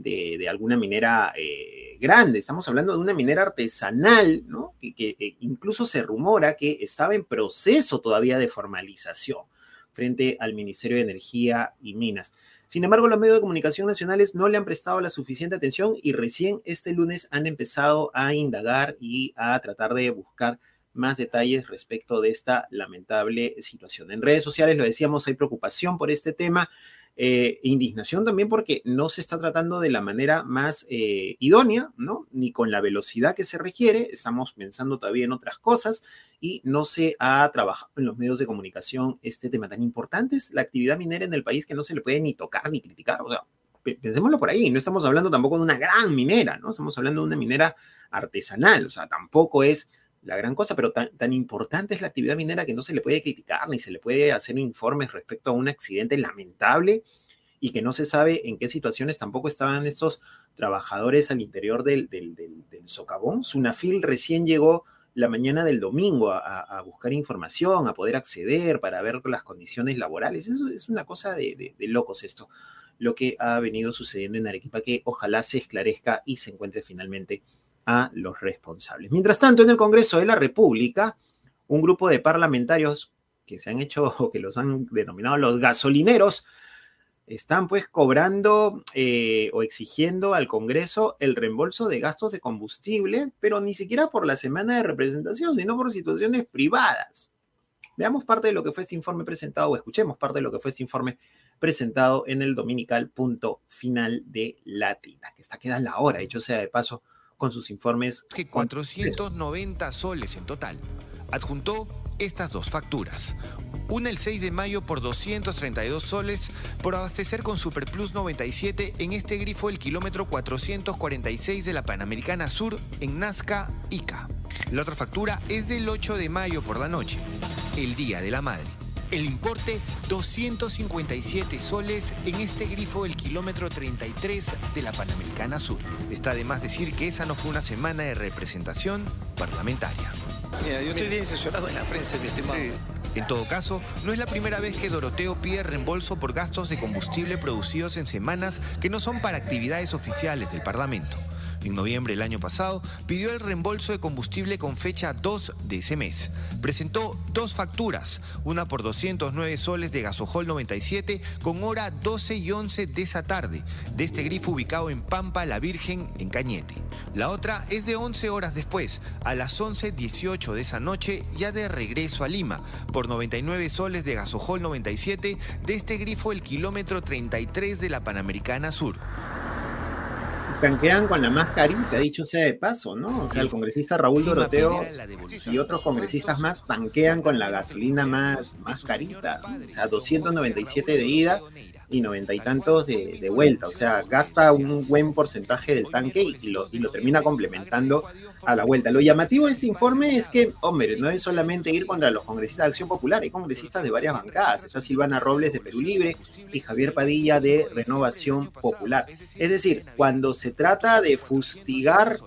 de alguna minera grande. Estamos hablando de una minera artesanal, ¿no? Que incluso se rumora que estaba en proceso todavía de formalización frente al Ministerio de Energía y Minas. Sin embargo, los medios de comunicación nacionales no le han prestado la suficiente atención y recién este lunes han empezado a indagar y a tratar de buscar más detalles respecto de esta lamentable situación. En redes sociales, lo decíamos, hay preocupación por este tema, indignación también porque no se está tratando de la manera más idónea, ¿no? Ni con la velocidad que se requiere. Estamos pensando todavía en otras cosas y no se ha trabajado en los medios de comunicación este tema tan importante. Es la actividad minera en el país que no se le puede ni tocar ni criticar. O sea, pensémoslo por ahí. No estamos hablando tampoco de una gran minera, ¿no? Estamos hablando de una minera artesanal. O sea, tampoco es la gran cosa, pero tan importante es la actividad minera que no se le puede criticar ni se le puede hacer informes respecto a un accidente lamentable y que no se sabe en qué situaciones tampoco estaban estos trabajadores al interior del socavón. Sunafil recién llegó la mañana del domingo a buscar información, a poder acceder para ver las condiciones laborales. Eso es una cosa de locos esto, lo que ha venido sucediendo en Arequipa, que ojalá se esclarezca y se encuentre finalmente a los responsables. Mientras tanto, en el Congreso de la República, un grupo de parlamentarios que se han hecho, o que los han denominado los gasolineros, están pues cobrando o exigiendo al Congreso el reembolso de gastos de combustible, pero ni siquiera por la semana de representación, sino por situaciones privadas. Veamos parte de lo que fue este informe presentado, o escuchemos parte de lo que fue este informe presentado en el dominical Punto Final de Latina, que está queda la hora, dicho sea de paso, con sus informes. Que 490 soles en total. Adjuntó estas dos facturas. Una el 6 de mayo por 232 soles por abastecer con Superplus 97 en este grifo el kilómetro 446 de la Panamericana Sur en Nazca, Ica. La otra factura es del 8 de mayo por la noche, el Día de la Madre. El importe, 257 soles en este grifo del kilómetro 33 de la Panamericana Sur. Está de más decir que esa no fue una semana de representación parlamentaria. Mira, yo estoy decepcionado en la prensa, mi estimado. Sí. En todo caso, no es la primera vez que Doroteo pide reembolso por gastos de combustible producidos en semanas que no son para actividades oficiales del Parlamento. En noviembre del año pasado, pidió el reembolso de combustible con fecha 2 de ese mes. Presentó dos facturas, una por 209 soles de Gasojol 97 con hora 12 y 11 de esa tarde, de este grifo ubicado en Pampa La Virgen, en Cañete. La otra es de 11 horas después, a las 11:18 de esa noche, ya de regreso a Lima, por 99 soles de Gasojol 97, de este grifo el kilómetro 33 de la Panamericana Sur. Tanquean con la más carita, dicho sea de paso, ¿no? O sea, el congresista Raúl Doroteo y otros congresistas más tanquean con la gasolina más carita. O sea, 297 de ida y 90 y tantos de vuelta. O sea, gasta un buen porcentaje del tanque y lo termina complementando a la vuelta. Lo llamativo de este informe es que, hombre, no es solamente ir contra los congresistas de Acción Popular, hay congresistas de varias bancadas. Está Silvana Robles de Perú Libre y Javier Padilla de Renovación Popular. Es decir, cuando se trata de fustigar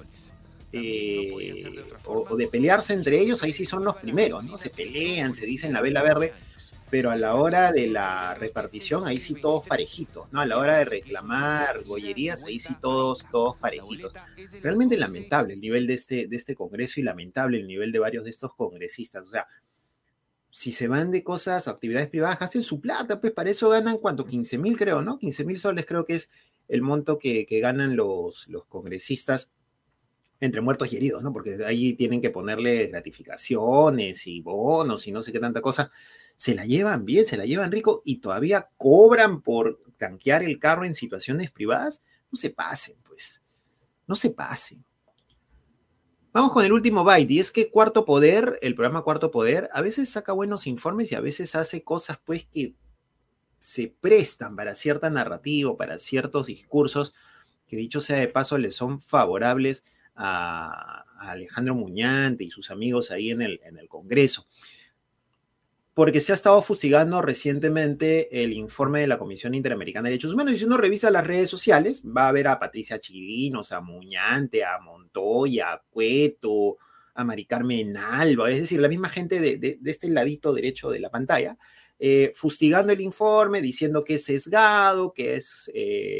o de pelearse entre ellos, ahí sí son los primeros, ¿no? Se pelean, se dicen la vela verde, pero a la hora de la repartición, ahí sí todos parejitos, ¿no? A la hora de reclamar gollerías, ahí sí todos parejitos. Realmente lamentable el nivel de este Congreso y lamentable el nivel de varios de estos congresistas. O sea, si se van de cosas, actividades privadas, gasten su plata, pues para eso ganan, ¿cuánto? 15,000 creo, ¿no? 15,000 soles creo que es el monto que ganan los congresistas entre muertos y heridos, ¿no? Porque ahí tienen que ponerle gratificaciones y bonos y no sé qué tanta cosa. Se la llevan bien, se la llevan rico y todavía cobran por tanquear el carro en situaciones privadas. No se pasen, pues. No se pasen. Vamos con el último byte, y es que Cuarto Poder, el programa Cuarto Poder, a veces saca buenos informes y a veces hace cosas pues que se prestan para cierta narrativa, para ciertos discursos que dicho sea de paso le son favorables a Alejandro Muñante y sus amigos ahí en el Congreso. Porque se ha estado fustigando recientemente el informe de la Comisión Interamericana de Derechos Humanos. Y si uno revisa las redes sociales, va a ver a Patricia Chirinos, a Muñante, a Montoya, a Cueto, a Mari Carmen Alba, es decir, la misma gente de este ladito derecho de la pantalla, fustigando el informe, diciendo que es sesgado, que es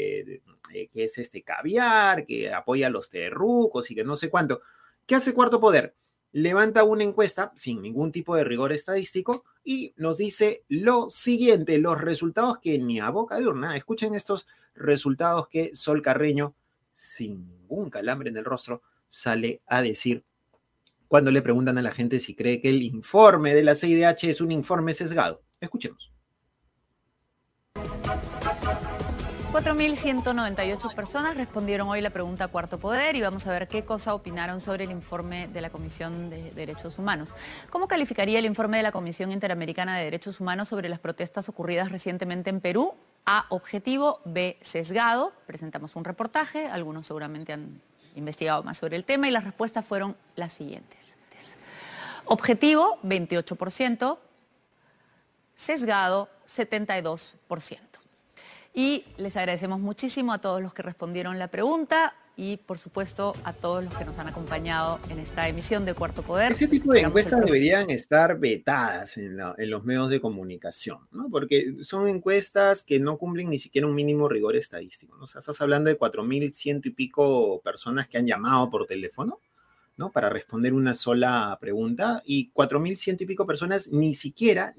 caviar, que apoya a los terrucos y que no sé cuánto. ¿Qué hace Cuarto Poder? Levanta una encuesta sin ningún tipo de rigor estadístico y nos dice lo siguiente, los resultados que ni a boca de urna, escuchen estos resultados que Sol Carreño, sin ningún calambre en el rostro, sale a decir cuando le preguntan a la gente si cree que el informe de la CIDH es un informe sesgado. Escuchemos. 4.198 personas respondieron hoy la pregunta Cuarto Poder y vamos a ver qué cosa opinaron sobre el informe de la Comisión de Derechos Humanos. ¿Cómo calificaría el informe de la Comisión Interamericana de Derechos Humanos sobre las protestas ocurridas recientemente en Perú? A, objetivo; B, sesgado. Presentamos un reportaje, algunos seguramente han investigado más sobre el tema y las respuestas fueron las siguientes. Objetivo, 28%, sesgado, 72%. Y les agradecemos muchísimo a todos los que respondieron la pregunta y, por supuesto, a todos los que nos han acompañado en esta emisión de Cuarto Poder. Ese tipo de encuestas deberían estar vetadas en los medios de comunicación, ¿no? Porque son encuestas que no cumplen ni siquiera un mínimo rigor estadístico, ¿no? O sea, estás hablando de 4.100 y pico personas que han llamado por teléfono, ¿no? Para responder una sola pregunta, y 4.100 y pico personas ni siquiera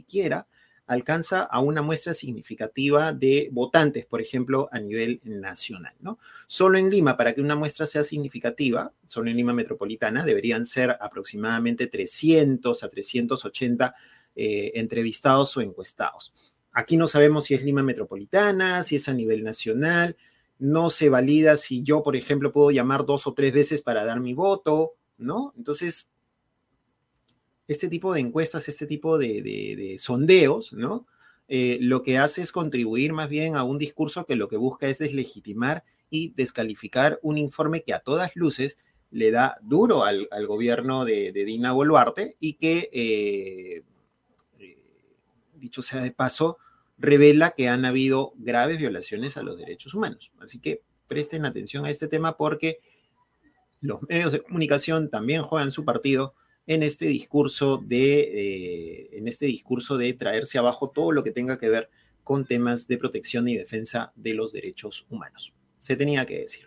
alcanza a una muestra significativa de votantes, por ejemplo, a nivel nacional, ¿no? Solo en Lima, para que una muestra sea significativa, solo en Lima metropolitana, deberían ser aproximadamente 300 a 380 entrevistados o encuestados. Aquí no sabemos si es Lima metropolitana, si es a nivel nacional, no se valida si yo, por ejemplo, puedo llamar 2 o 3 veces para dar mi voto, ¿no? Entonces, este tipo de encuestas, este tipo de sondeos, ¿no? Lo que hace es contribuir más bien a un discurso que lo que busca es deslegitimar y descalificar un informe que a todas luces le da duro al gobierno de Dina Boluarte y que, dicho sea de paso, revela que han habido graves violaciones a los derechos humanos. Así que presten atención a este tema porque los medios de comunicación también juegan su partido en este discurso de traerse abajo todo lo que tenga que ver con temas de protección y defensa de los derechos humanos. Se tenía que decir.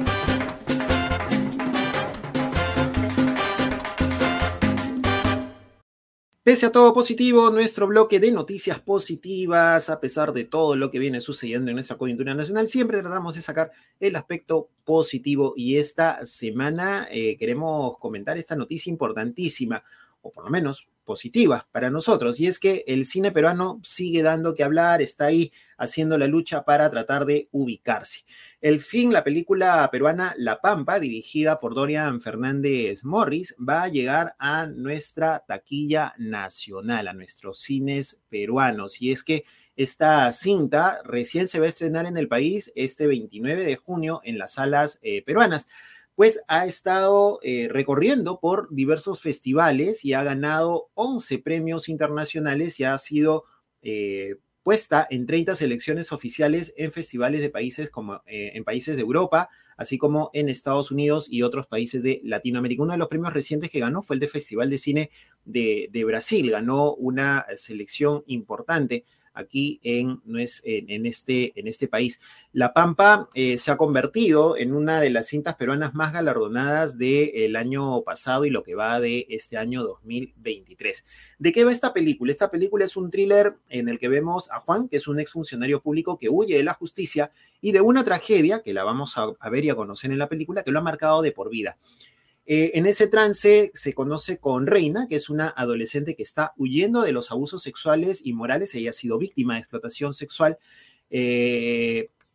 Pese a todo positivo, nuestro bloque de noticias positivas, a pesar de todo lo que viene sucediendo en nuestra coyuntura nacional, siempre tratamos de sacar el aspecto positivo y esta semana queremos comentar esta noticia importantísima, o por lo menos positiva para nosotros, y es que el cine peruano sigue dando que hablar, está ahí haciendo la lucha para tratar de ubicarse. El fin, la película peruana La Pampa, dirigida por Dorian Fernández Morris, va a llegar a nuestra taquilla nacional, a nuestros cines peruanos, y es que esta cinta recién se va a estrenar en el país este 29 de junio en las salas peruanas. Pues ha estado recorriendo por diversos festivales y ha ganado 11 premios internacionales y ha sido puesta en 30 selecciones oficiales en festivales de países como en países de Europa, así como en Estados Unidos y otros países de Latinoamérica. Uno de los premios recientes que ganó fue el de Festival de Cine de Brasil, ganó una selección importante aquí en este país. La Pampa se ha convertido en una de las cintas peruanas más galardonadas del año pasado y lo que va de este año 2023. ¿De qué va esta película? Esta película es un thriller en el que vemos a Juan, que es un exfuncionario público que huye de la justicia y de una tragedia, que la vamos a ver y a conocer en la película, que lo ha marcado de por vida. En ese trance se conoce con Reina, que es una adolescente que está huyendo de los abusos sexuales y morales. Ella ha sido víctima de explotación sexual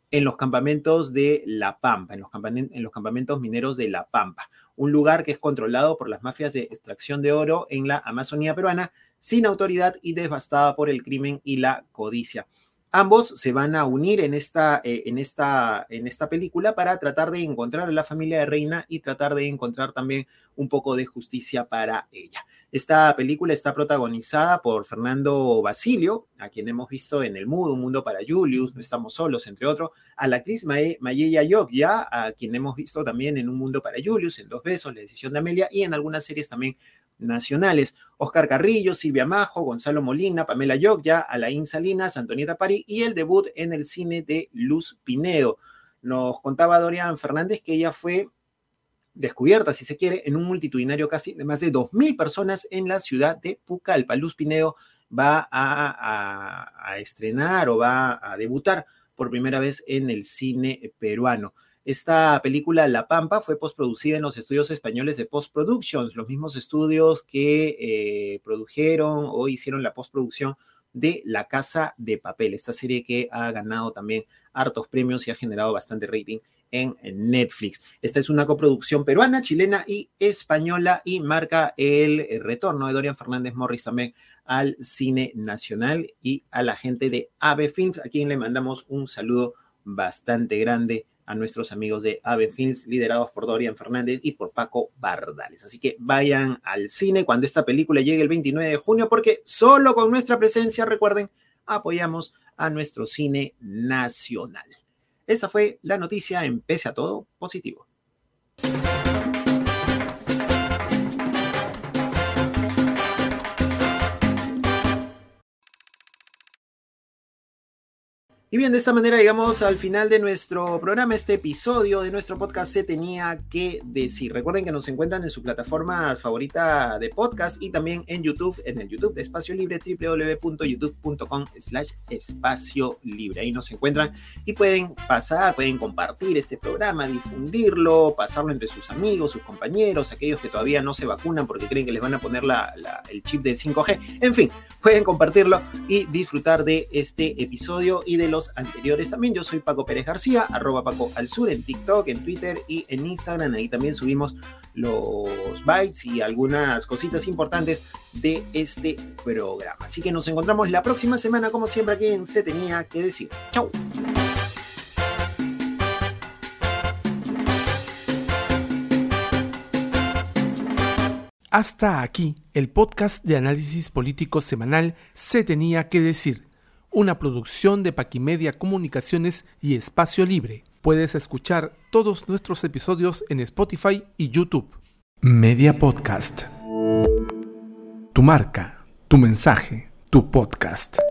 en los campamentos de La Pampa, en los campamentos mineros de La Pampa, un lugar que es controlado por las mafias de extracción de oro en la Amazonía peruana, sin autoridad y devastada por el crimen y la codicia. Ambos se van a unir en esta película para tratar de encontrar a la familia de Reina y tratar de encontrar también un poco de justicia para ella. Esta película está protagonizada por Fernando Basilio, a quien hemos visto en El Mudo, Un Mundo para Julius, No Estamos Solos, entre otros, a la actriz Mayella Yogya, a quien hemos visto también en Un Mundo para Julius, en Dos Besos, La Decisión de Amelia y en algunas series también nacionales. Oscar Carrillo, Silvia Majo, Gonzalo Molina, Pamela Yogya, Alain Salinas, Antonieta Pari y el debut en el cine de Luz Pinedo. Nos contaba Dorian Fernández que ella fue descubierta, si se quiere, en un multitudinario casi de más de 2.000 personas en la ciudad de Pucallpa. Luz Pinedo va a estrenar o va a debutar por primera vez en el cine peruano. Esta película, La Pampa, fue postproducida en los estudios españoles de Post Productions, los mismos estudios que produjeron o hicieron la postproducción de La Casa de Papel, esta serie que ha ganado también hartos premios y ha generado bastante rating en Netflix. Esta es una coproducción peruana, chilena y española y marca el retorno de Dorian Fernández Morris también al cine nacional y a la gente de Ave Films, a quien le mandamos un saludo bastante grande a nuestros amigos de Ave Films, liderados por Dorian Fernández y por Paco Bardales. Así que vayan al cine cuando esta película llegue el 29 de junio, porque solo con nuestra presencia, recuerden, apoyamos a nuestro cine nacional. Esa fue la noticia en Pese a Todo Positivo. Y bien, de esta manera llegamos al final de nuestro programa. Este episodio de nuestro podcast Se Tenía que Decir. Recuerden que nos encuentran en su plataforma favorita de podcast y también en YouTube, en el YouTube de Espacio Libre, www.youtube.com/Espacio Libre. Ahí nos encuentran y pueden compartir este programa, difundirlo, pasarlo entre sus amigos, sus compañeros, aquellos que todavía no se vacunan porque creen que les van a poner el chip de 5G. En fin, pueden compartirlo y disfrutar de este episodio y de los anteriores también. Yo soy Paco Pérez García, @PacoAlSur en TikTok, en Twitter y en Instagram. Ahí también subimos los bytes y algunas cositas importantes de este programa. Así que nos encontramos la próxima semana, como siempre, aquí en Se Tenía que Decir. ¡Chau! Hasta aquí el podcast de análisis político semanal Se Tenía que Decir, una producción de Paquimedia Comunicaciones y Espacio Libre. Puedes escuchar todos nuestros episodios en Spotify y YouTube. Media Podcast. Tu marca, tu mensaje, tu podcast.